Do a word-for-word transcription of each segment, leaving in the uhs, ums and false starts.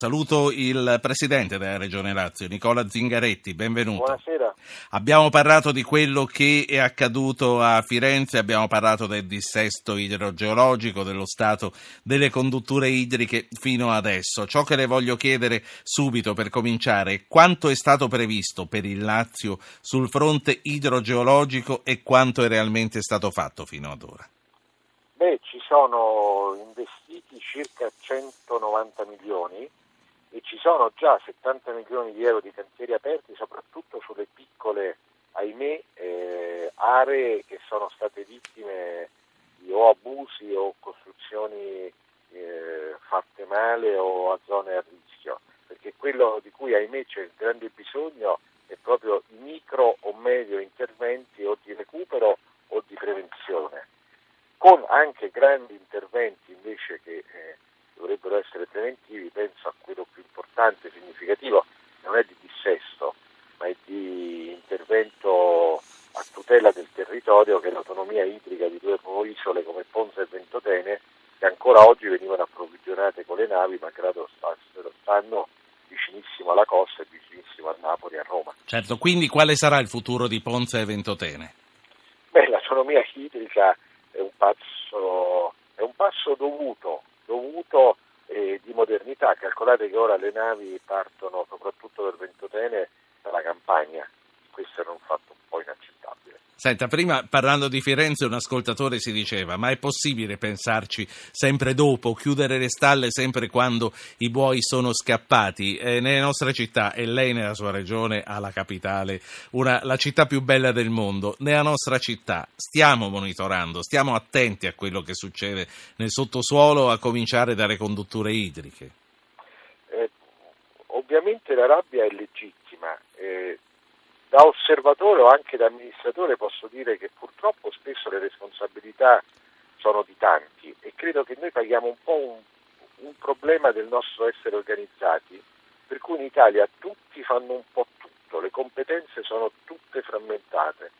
Saluto il Presidente della Regione Lazio, Nicola Zingaretti, benvenuto. Buonasera. Abbiamo parlato di quello che è accaduto a Firenze, abbiamo parlato del dissesto idrogeologico, dello stato delle condutture idriche fino adesso. Ciò che le voglio chiedere subito per cominciare è quanto è stato previsto per il Lazio sul fronte idrogeologico e quanto è realmente stato fatto fino ad ora. Beh, ci sono investiti circa centonovanta milioni e ci sono già settanta milioni di euro di cantieri aperti, soprattutto sulle piccole, ahimè, eh, aree che sono state vittime di o abusi o costruzioni eh, fatte male o a zone a rischio, perché quello di cui ahimè c'è grande bisogno è proprio i micro o medio interventi o di recupero o di prevenzione, con anche grandi interventi invece che eh, dovrebbero essere preventivi. Penso a quello più importante e significativo, non è di dissesto, ma è di intervento a tutela del territorio, che è l'autonomia idrica di due isole come Ponza e Ventotene, che ancora oggi venivano approvvigionate con le navi, malgrado stanno vicinissimo alla costa e vicinissimo a Napoli e a Roma. Certo, quindi quale sarà il futuro di Ponza e Ventotene? Beh, l'autonomia idrica è un passo, è un passo dovuto, dovuto eh, di modernità. Calcolate che ora le navi partono soprattutto per Ventotene dalla campagna, questo era un fatto un po' inaccettabile. Senta, prima parlando di Firenze un ascoltatore si diceva: ma è possibile pensarci sempre dopo, chiudere le stalle sempre quando i buoi sono scappati? Eh, nelle nostre città, e lei nella sua regione ha la capitale, una, la città più bella del mondo, nella nostra città stiamo monitorando, stiamo attenti a quello che succede nel sottosuolo, a cominciare dalle condutture idriche. Eh, ovviamente la rabbia è legittima. Eh, Da osservatore o anche da amministratore posso dire che purtroppo spesso le responsabilità sono di tanti e credo che noi paghiamo un po' un, un problema del nostro essere organizzati, per cui in Italia tutti fanno un po' tutto, le competenze sono tutte frammentate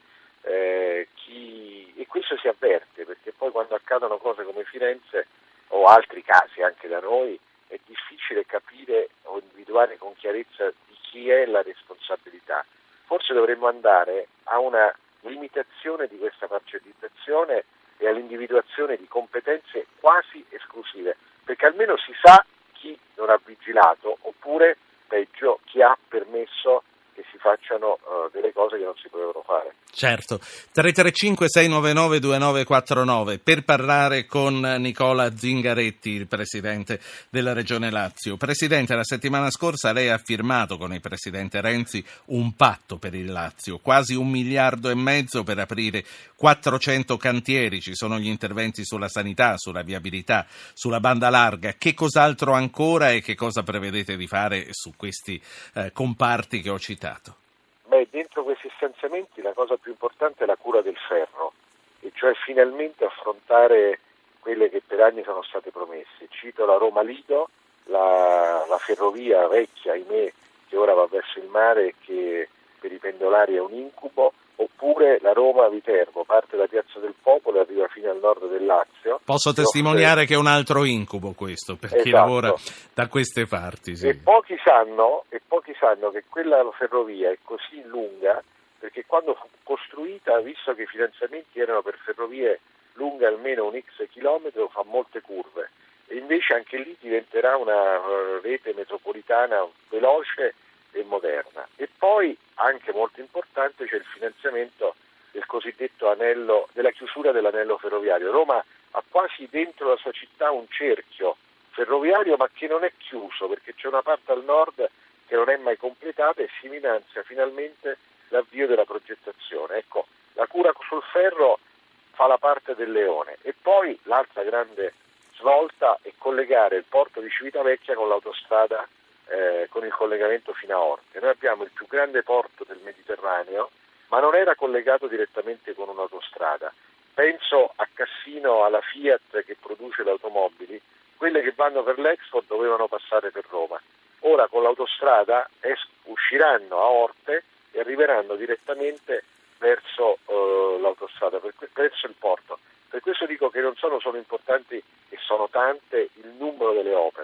eh, chi, e questo si avverte, perché poi quando accadono cose come Firenze o altri casi anche da noi è difficile capire o individuare con chiarezza di chi è la responsabilità. Forse dovremmo andare a una limitazione di questa parcellizzazione e all'individuazione di competenze quasi esclusive, perché almeno si sa chi non ha vigilato, oppure, peggio, chi ha permesso che si facciano uh, delle cose che non si potevano fare. Certo, tre tre cinque sei nove nove due nove quattro nove per parlare con Nicola Zingaretti, il Presidente della Regione Lazio. Presidente, la settimana scorsa lei ha firmato con il Presidente Renzi un patto per il Lazio, quasi un miliardo e mezzo per aprire quattrocento cantieri, ci sono gli interventi sulla sanità, sulla viabilità, sulla banda larga. Che cos'altro ancora e che cosa prevedete di fare su questi eh, comparti che ho citato? Beh, dentro questi stanziamenti la cosa più importante è la cura del ferro, e cioè finalmente affrontare quelle che per anni sono state promesse. Cito la Roma-Lido, la, la ferrovia vecchia, ahimè, che ora va verso il mare e che per i pendolari è un incubo, oppure la Roma-Viterbo, parte da Piazza del Popolo e arriva fino al nord del Lazio. Posso testimoniare che è un altro incubo questo, per chi esatto. lavora da queste parti. Sì. E pochi sanno, e pochi sanno che quella ferrovia è così lunga, perché quando fu costruita, visto che i finanziamenti erano per ferrovie lunghe almeno un X chilometro, fa molte curve, e invece anche lì diventerà una rete metropolitana veloce e moderna. E poi, anche molto importante, c'è il finanziamento del cosiddetto anello, della chiusura dell'anello ferroviario. Roma ha quasi dentro la sua città un cerchio ferroviario, ma che non è chiuso, perché c'è una parte al nord che non è mai completata e si finanzia finalmente l'avvio della progettazione. Ecco, la cura sul ferro fa la parte del leone. E poi l'altra grande svolta è collegare il porto di Civitavecchia con l'autostrada, eh, con il collegamento fino a Orte. Noi abbiamo il più grande porto del Mediterraneo, ma non era collegato direttamente con un'autostrada. Penso a Cassino, alla Fiat che produce le automobili, quelle che vanno per l'export dovevano passare per Roma. Ora con l'autostrada es- usciranno a Orte e arriveranno direttamente verso uh, l'autostrada, per que- verso il porto. Per questo dico che non sono solo importanti, e sono tante, il numero delle opere,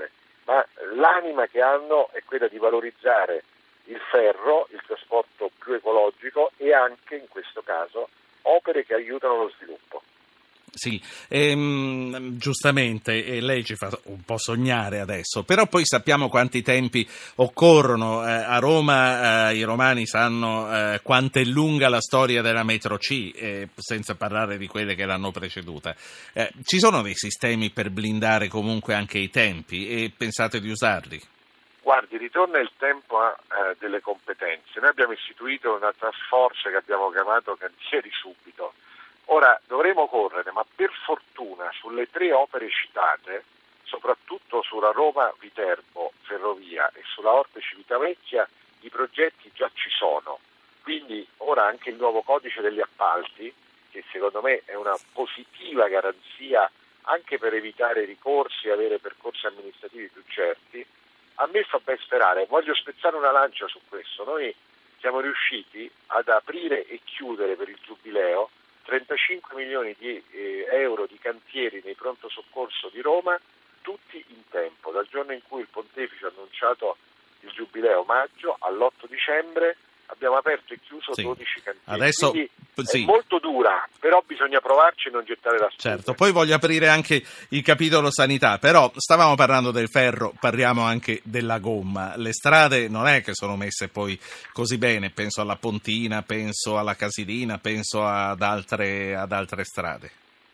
ma l'anima che hanno è quella di valorizzare il ferro, il trasporto più ecologico e anche, in questo caso, opere che aiutano lo sviluppo. Sì, ehm, giustamente eh, lei ci fa un po' sognare adesso, però poi sappiamo quanti tempi occorrono. Eh, a Roma eh, i romani sanno eh, quanto è lunga la storia della metro C, eh, senza parlare di quelle che l'hanno preceduta. Eh, ci sono dei sistemi per blindare comunque anche i tempi e pensate di usarli? Guardi, ritorna il tempo a, eh, delle competenze. Noi abbiamo istituito una task force che abbiamo chiamato Cantieri Subito. Ora dovremo correre, ma per fortuna sulle tre opere citate, soprattutto sulla Roma-Viterbo ferrovia e sulla Orte-Civitavecchia, i progetti già ci sono. Quindi ora anche il nuovo codice degli appalti, che secondo me è una positiva garanzia anche per evitare ricorsi e avere percorsi amministrativi più certi, a me fa ben sperare. Voglio spezzare una lancia su questo. Noi siamo riusciti ad aprire e chiudere per il Giubileo trentacinque milioni di eh, euro di cantieri nei pronto soccorso di Roma, tutti in tempo, dal giorno in cui il Pontefice ha annunciato il Giubileo, maggio, all'otto dicembre abbiamo aperto e chiuso sì. dodici cantieri. Adesso, Quindi sì. È molto dura, però bisogna provarci e non gettare la spugna. Certo, poi voglio aprire anche il capitolo sanità, però stavamo parlando del ferro, parliamo anche della gomma. Le strade non è che sono messe poi così bene, penso alla Pontina, penso alla Casilina, penso ad altre, ad altre strade.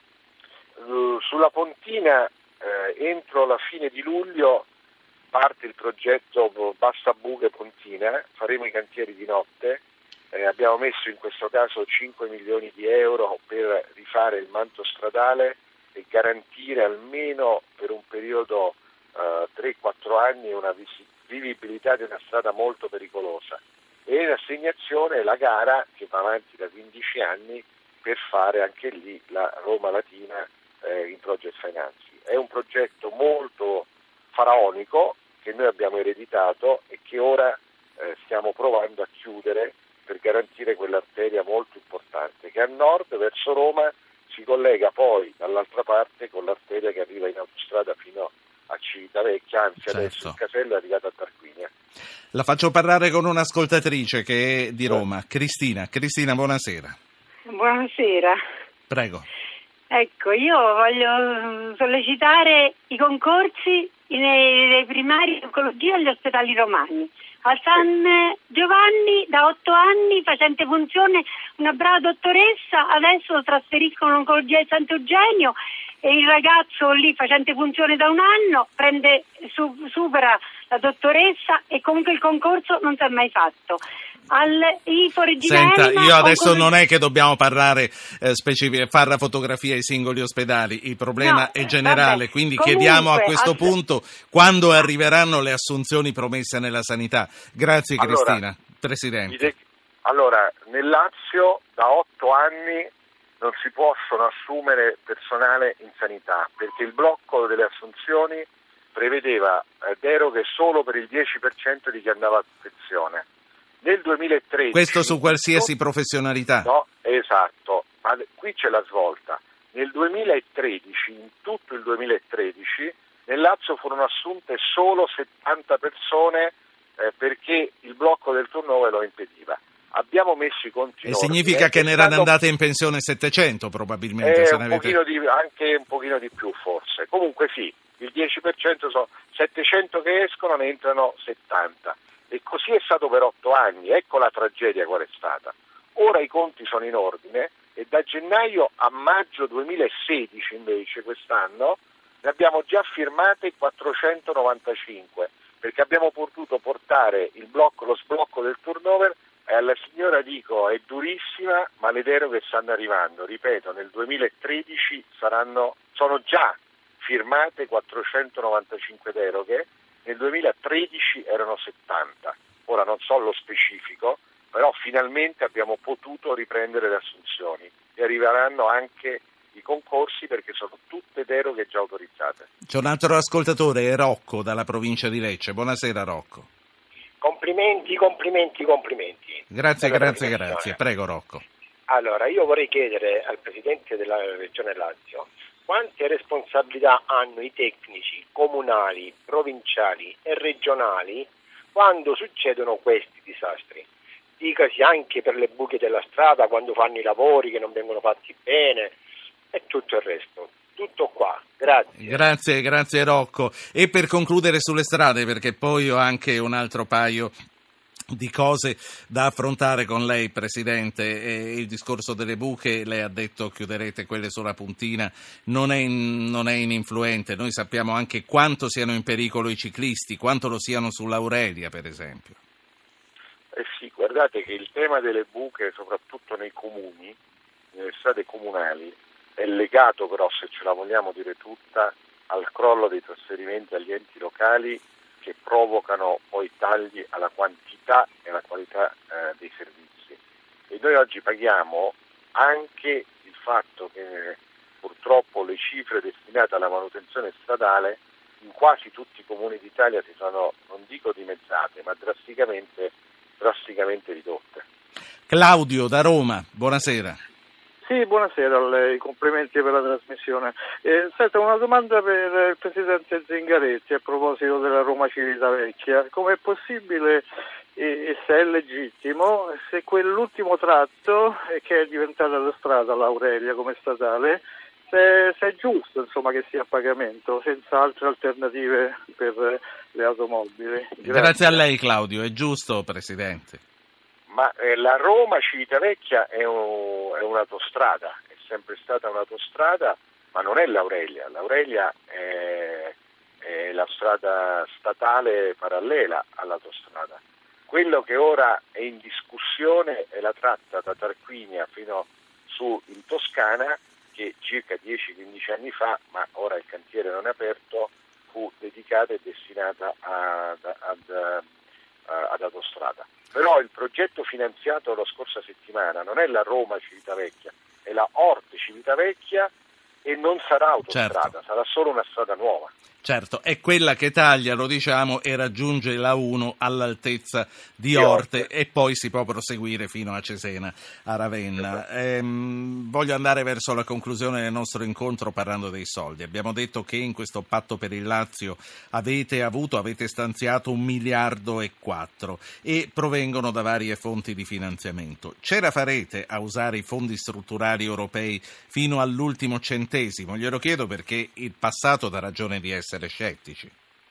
Uh, sulla Pontina eh, entro la fine di luglio parte il progetto Bassabughe Pontina, faremo i cantieri di notte, eh, abbiamo messo in questo caso cinque milioni di euro per rifare il manto stradale e garantire almeno per un periodo eh, tre quattro anni una vis- vivibilità di una strada molto pericolosa. E in assegnazione la gara che va avanti da quindici anni per fare anche lì la Roma Latina eh, in Project Finance. È un progetto molto faraonico che noi abbiamo ereditato e che ora eh, stiamo provando a chiudere per garantire quell'arteria molto importante che a nord verso Roma si collega poi dall'altra parte con l'arteria che arriva in autostrada fino a Civitavecchia, anzi certo. Adesso il casello è arrivato a Tarquinia. La faccio parlare con un'ascoltatrice che è di Roma, Cristina. Cristina, buonasera. Buonasera. Prego. Ecco, io voglio sollecitare i concorsi nei, nei primari di oncologia agli ospedali romani. Al San Giovanni da otto anni facente funzione una brava dottoressa, adesso lo trasferiscono in oncologia di Sant'Eugenio e il ragazzo lì facente funzione da un anno prende su, supera la dottoressa e comunque il concorso non si è mai fatto. Al I F O Reginelma, Senta, io adesso oncologia... non è che dobbiamo parlare eh, specific- fare la fotografia ai singoli ospedali, il problema no, è generale, vabbè. quindi Comunque, chiediamo a questo al... punto quando arriveranno le assunzioni promesse nella sanità. Grazie allora, Cristina. Presidente. Allora, nel Lazio da otto anni non si possono assumere personale in sanità perché il blocco delle assunzioni prevedeva eh, deroghe solo per il dieci per cento di chi andava a pensione. Nel duemilatredici... Questo su qualsiasi professionalità. No, esatto, ma qui c'è la svolta. Nel duemilatredici, in tutto il duemilatredici, nel Lazio furono assunte solo settanta persone eh, perché il blocco del turnover lo impediva. Abbiamo messo i conti in E ordine. significa che ne erano stato... andate in pensione settecento probabilmente. Eh, se un ne avete... pochino di, anche un pochino di più forse. Comunque sì, il dieci per cento sono settecento che escono, ne entrano settanta. E così è stato per otto anni, ecco la tragedia qual è stata. Ora i conti sono in ordine e da gennaio a maggio duemilasedici invece quest'anno ne abbiamo già firmate quattrocentonovantacinque perché abbiamo potuto portare il blocco, lo sblocco del turnover e alla signora dico è durissima ma le deroghe stanno arrivando, ripeto nel duemilatredici saranno, sono già firmate quattrocentonovantacinque deroghe. Nel duemilatredici erano settanta, ora non so lo specifico, però finalmente abbiamo potuto riprendere le assunzioni e arriveranno anche i concorsi perché sono tutte deroghe già autorizzate. C'è un altro ascoltatore, è Rocco dalla provincia di Lecce. Buonasera Rocco. Complimenti, complimenti, complimenti. Grazie, grazie, grazie. Prego Rocco. Allora, io vorrei chiedere al Presidente della Regione Lazio quante responsabilità hanno i tecnici comunali, provinciali e regionali quando succedono questi disastri. Dicasi anche per le buche della strada, quando fanno i lavori che non vengono fatti bene e tutto il resto. Tutto qua, grazie. Grazie, grazie Rocco. E per concludere sulle strade, perché poi ho anche un altro paio di cose da affrontare con lei, Presidente. E il discorso delle buche, lei ha detto chiuderete quelle sulla Puntina, non è, in, non è ininfluente. Noi sappiamo anche quanto siano in pericolo i ciclisti, quanto lo siano sull'Aurelia, per esempio. Eh sì, guardate che il tema delle buche, soprattutto nei comuni, nelle strade comunali, è legato però, se ce la vogliamo dire tutta, al crollo dei trasferimenti agli enti locali che provocano poi tagli alla quantità e alla qualità eh, dei servizi. E noi oggi paghiamo anche il fatto che purtroppo le cifre destinate alla manutenzione stradale in quasi tutti i comuni d'Italia si sono, non dico dimezzate, ma drasticamente, drasticamente ridotte. Claudio da Roma, buonasera. Sì, buonasera a lei, complimenti per la trasmissione. Eh, senta, una domanda per il Presidente Zingaretti a proposito della Roma Civitavecchia. Com'è possibile e, e se è legittimo, se quell'ultimo tratto eh, che è diventata la strada, l'Aurelia come statale, se, se è giusto insomma che sia a pagamento, senza altre alternative per le automobili? Grazie, Grazie a lei Claudio, è giusto Presidente. Ma eh, la Roma Civitavecchia è, un, è un'autostrada, è sempre stata un'autostrada, ma non è l'Aurelia. L'Aurelia è, è la strada statale parallela all'autostrada. Quello che ora è in discussione è la tratta da Tarquinia fino su in Toscana, che circa dieci quindici anni fa, ma ora il cantiere non è aperto, fu dedicata e destinata ad, ad, ad, ad autostrada. Però il progetto finanziato la scorsa settimana non è la Roma Civitavecchia, è la Orte Civitavecchia e non sarà autostrada, certo. Sarà solo una strada nuova. Certo, è quella che taglia, lo diciamo, e raggiunge la uno all'altezza di, di Orte, Orte e poi si può proseguire fino a Cesena, a Ravenna. Esatto. Ehm, voglio andare verso la conclusione del nostro incontro parlando dei soldi. Abbiamo detto che in questo patto per il Lazio avete avuto, avete stanziato un miliardo e quattro e provengono da varie fonti di finanziamento. Ce la farete a usare i fondi strutturali europei fino all'ultimo centesimo? Glielo chiedo perché il passato dà ragione di essere scettici.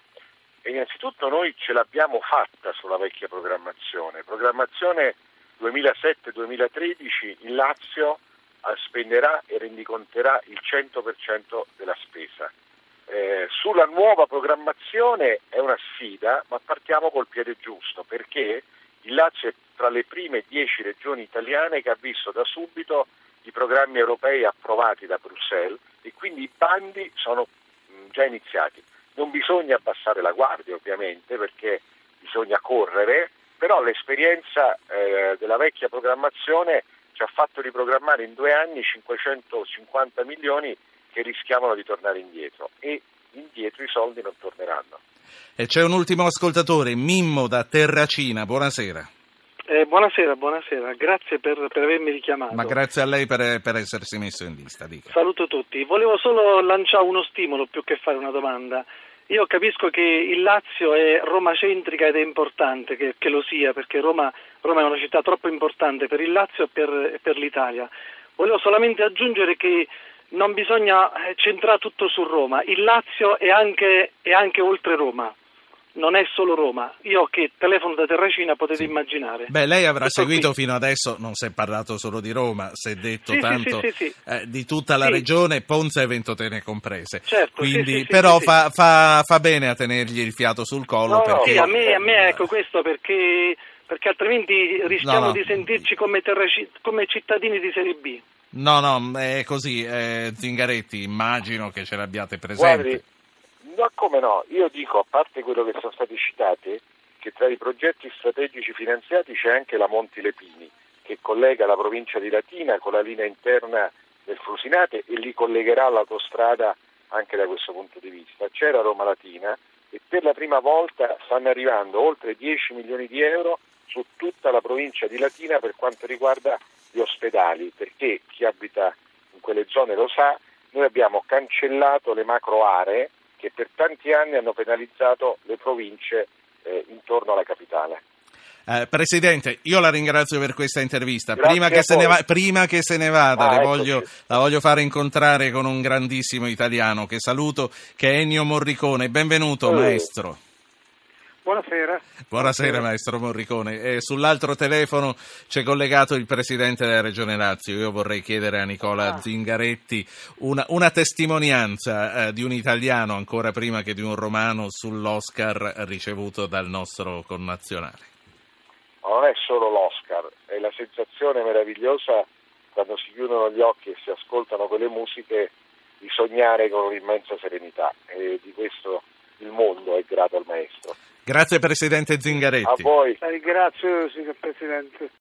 E innanzitutto noi ce l'abbiamo fatta sulla vecchia programmazione. Programmazione duemilasette duemilatredici, il Lazio spenderà e rendiconterà il cento per cento della spesa. Eh, sulla nuova programmazione è una sfida, ma partiamo col piede giusto, perché il Lazio è tra le prime dieci regioni italiane che ha visto da subito i programmi europei approvati da Bruxelles e quindi i bandi sono già iniziati. Non bisogna abbassare la guardia ovviamente perché bisogna correre, però l'esperienza eh, della vecchia programmazione ci ha fatto riprogrammare in due anni cinquecentocinquanta milioni che rischiavano di tornare indietro e indietro i soldi non torneranno. E c'è un ultimo ascoltatore, Mimmo da Terracina, buonasera. Eh, buonasera, buonasera, grazie per, per avermi richiamato. Ma grazie a lei per, per essersi messo in lista. Dica. Saluto tutti, volevo solo lanciare uno stimolo più che fare una domanda. Io capisco che il Lazio è romacentrica ed è importante che, che lo sia, perché Roma, Roma è una città troppo importante per il Lazio e per, e per l'Italia. Volevo solamente aggiungere che non bisogna centrare tutto su Roma, il Lazio è anche, è anche oltre Roma. Non è solo Roma. Io che telefono da Terracina potete sì. immaginare. Beh, lei avrà Tutto seguito qui. Fino adesso, non si è parlato solo di Roma, si è detto sì, tanto sì, sì, sì. Eh, di tutta la sì. regione, Ponza e Ventotene comprese. Certo, Quindi, sì, sì, però sì, fa, sì. fa, fa bene a tenergli il fiato sul collo. No, perché... sì, a me, a me ecco questo perché, perché altrimenti rischiamo no, no. di sentirci come, terraci, come cittadini di Serie B. No, no, è così. Eh, Zingaretti, immagino che ce l'abbiate presente. Guardi, no, come no, io dico, a parte quello che sono stati citati, che tra i progetti strategici finanziati c'è anche la Monti Lepini, che collega la provincia di Latina con la linea interna del Frusinate e li collegherà all'autostrada anche da questo punto di vista. C'era Roma Latina e per la prima volta stanno arrivando oltre dieci milioni di euro su tutta la provincia di Latina per quanto riguarda gli ospedali, perché chi abita in quelle zone lo sa, noi abbiamo cancellato le macro aree che per tanti anni hanno penalizzato le province eh, intorno alla capitale. Eh, Presidente, io la ringrazio per questa intervista. Grazie Prima che, se ne va, prima che se ne vada, ah, le voglio, eccoci. la voglio fare incontrare con un grandissimo italiano che saluto, che è Ennio Morricone. Benvenuto, eh. maestro. Buonasera. Buonasera, maestro Morricone. Eh, sull'altro telefono c'è collegato il Presidente della Regione Lazio. Io vorrei chiedere a Nicola ah. Zingaretti una, una testimonianza eh, di un italiano, ancora prima che di un romano, sull'Oscar ricevuto dal nostro connazionale. Non è solo l'Oscar, è la sensazione meravigliosa quando si chiudono gli occhi e si ascoltano quelle musiche di sognare con un'immensa serenità, e di questo il mondo è grato al maestro. Grazie Presidente Zingaretti. A voi. Ringrazio, signor Presidente.